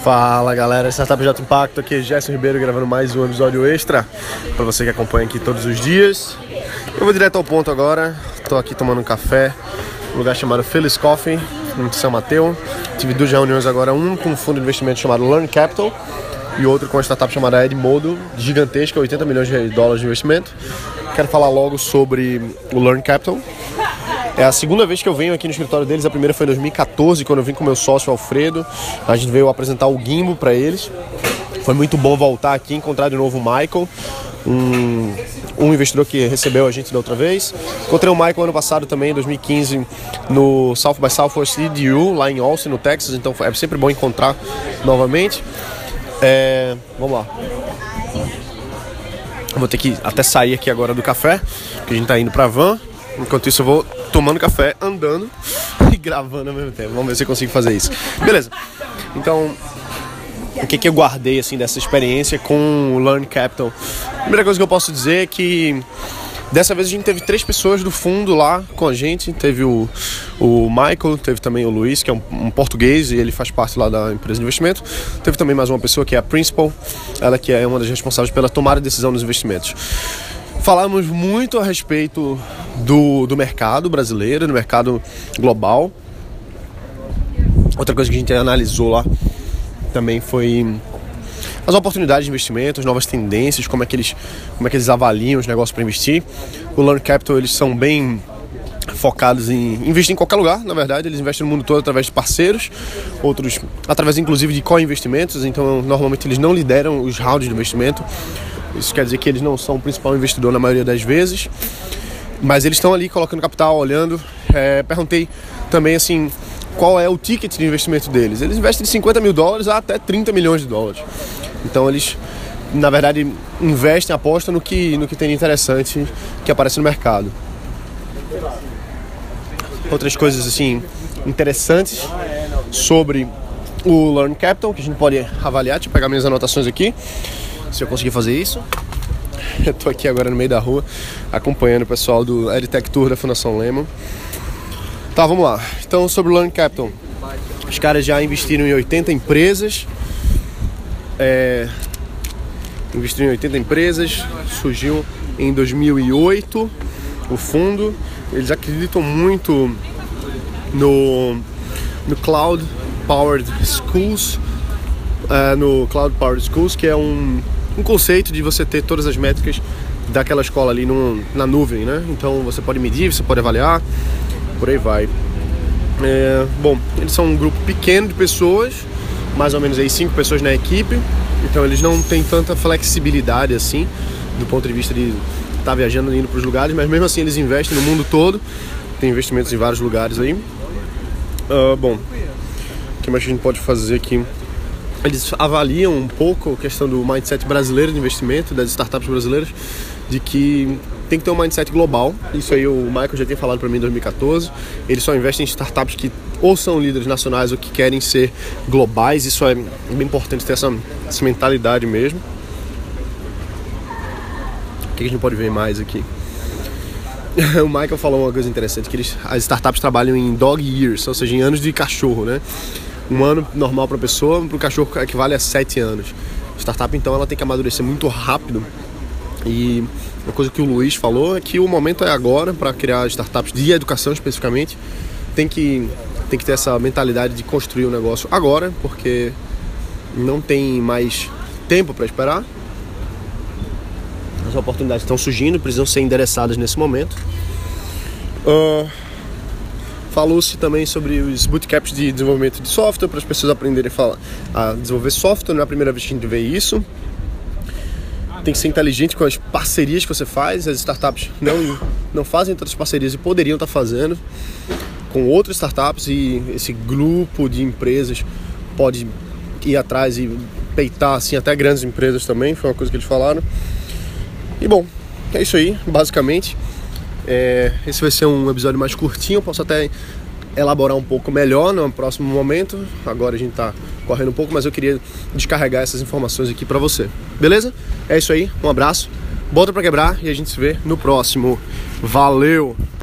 Fala galera, Startup de Alto Impacto, aqui é Gerson Ribeiro gravando mais um episódio extra para você que acompanha aqui todos os dias. Eu vou direto ao ponto agora, estou aqui tomando um café num lugar chamado Phillies Coffee, em São Mateus. Tive duas reuniões agora, um com um fundo de investimento chamado Learn Capital e outro com uma startup chamada Edmodo, gigantesca, 80 milhões de dólares de investimento. Quero falar logo sobre o Learn Capital. É a segunda vez que eu venho aqui no escritório deles. A primeira foi em 2014, quando eu vim com meu sócio Alfredo. A gente veio apresentar o Gimbo para eles. Foi muito bom voltar aqui, encontrar de novo o Michael, um investidor que recebeu a gente da outra vez. Encontrei o Michael ano passado também, em 2015, no South by Southwest EDU, lá em Austin, no Texas. Então é sempre bom encontrar novamente. Vamos lá. Vou ter que até sair aqui agora do café, porque a gente tá indo pra van. Enquanto isso eu vou tomando café, andando e gravando ao mesmo tempo. Vamos ver se eu consigo fazer isso. Beleza. Então, o que eu guardei assim dessa experiência com o Learn Capital? A primeira coisa que eu posso dizer é que dessa vez a gente teve 3 pessoas do fundo lá com a gente. Teve o Michael, teve também o Luiz, que é um português e ele faz parte lá da empresa de investimento. Teve também mais uma pessoa que é a Principal, ela que é uma das responsáveis pela tomada de decisão nos investimentos. Falamos muito a respeito do mercado brasileiro, do mercado global. Outra coisa que a gente analisou lá também foi as oportunidades de investimento, as novas tendências, como é que eles avaliam os negócios para investir. O Learn Capital, eles são bem focados em investir em qualquer lugar, na verdade. Eles investem no mundo todo através de parceiros, outros através inclusive de co-investimentos. Então normalmente eles não lideram os rounds de investimento. Isso quer dizer que eles não são o principal investidor na maioria das vezes, mas eles estão ali colocando capital, olhando. Perguntei também assim, qual é o ticket de investimento deles. Eles investem de 50 mil dólares a até 30 milhões de dólares. Então eles, na verdade, investem, apostam no que tem de interessante que aparece no mercado. Outras coisas assim interessantes sobre o Learn Capital que a gente pode avaliar. Deixa eu pegar minhas anotações aqui, se eu conseguir fazer isso. Eu tô aqui agora no meio da rua, acompanhando o pessoal do EdTech Tour da Fundação Lehman. Tá, vamos lá. Então, sobre o Learn Capital. Os caras já investiram em 80 empresas. Investiram em 80 empresas. Surgiu em 2008 o fundo. Eles acreditam muito no Cloud Powered Schools. No Cloud Powered Schools, que é um conceito de você ter todas as métricas daquela escola ali na nuvem, né? Então você pode medir, você pode avaliar, por aí vai. Bom, eles são um grupo pequeno de pessoas, mais ou menos aí 5 pessoas na equipe. Então eles não têm tanta flexibilidade assim, do ponto de vista de estar viajando e indo para os lugares, mas mesmo assim eles investem no mundo todo. Tem investimentos em vários lugares aí. Bom, o que mais a gente pode fazer aqui? Eles avaliam um pouco a questão do mindset brasileiro de investimento, das startups brasileiras, de que tem que ter um mindset global. Isso aí o Michael já tinha falado para mim em 2014. Eles só investem em startups que ou são líderes nacionais ou que querem ser globais. Isso é bem importante ter essa mentalidade mesmo. O que a gente pode ver mais aqui? O Michael falou uma coisa interessante, que as startups trabalham em dog years, ou seja, em anos de cachorro, né? Um ano normal para a pessoa, para o cachorro equivale a 7 anos. Startup, então, ela tem que amadurecer muito rápido. E uma coisa que o Luiz falou é que o momento é agora para criar startups de educação especificamente. Tem que ter essa mentalidade de construir o negócio agora, porque não tem mais tempo para esperar. As oportunidades estão surgindo, precisam ser endereçadas nesse momento. Falou-se também sobre os bootcamps de desenvolvimento de software, para as pessoas aprenderem a desenvolver software. Não é a primeira vez que a gente vê isso. Tem que ser inteligente com as parcerias que você faz. As startups não fazem tantas parcerias e poderiam estar fazendo com outras startups, e esse grupo de empresas pode ir atrás e peitar assim, até grandes empresas também. Foi uma coisa que eles falaram. E bom, é isso aí, basicamente. Esse vai ser um episódio mais curtinho. Eu posso até elaborar um pouco melhor no próximo momento. Agora a gente tá correndo um pouco, mas eu queria descarregar essas informações aqui pra você. Beleza? É isso aí, um abraço, bota pra quebrar e a gente se vê no próximo. Valeu!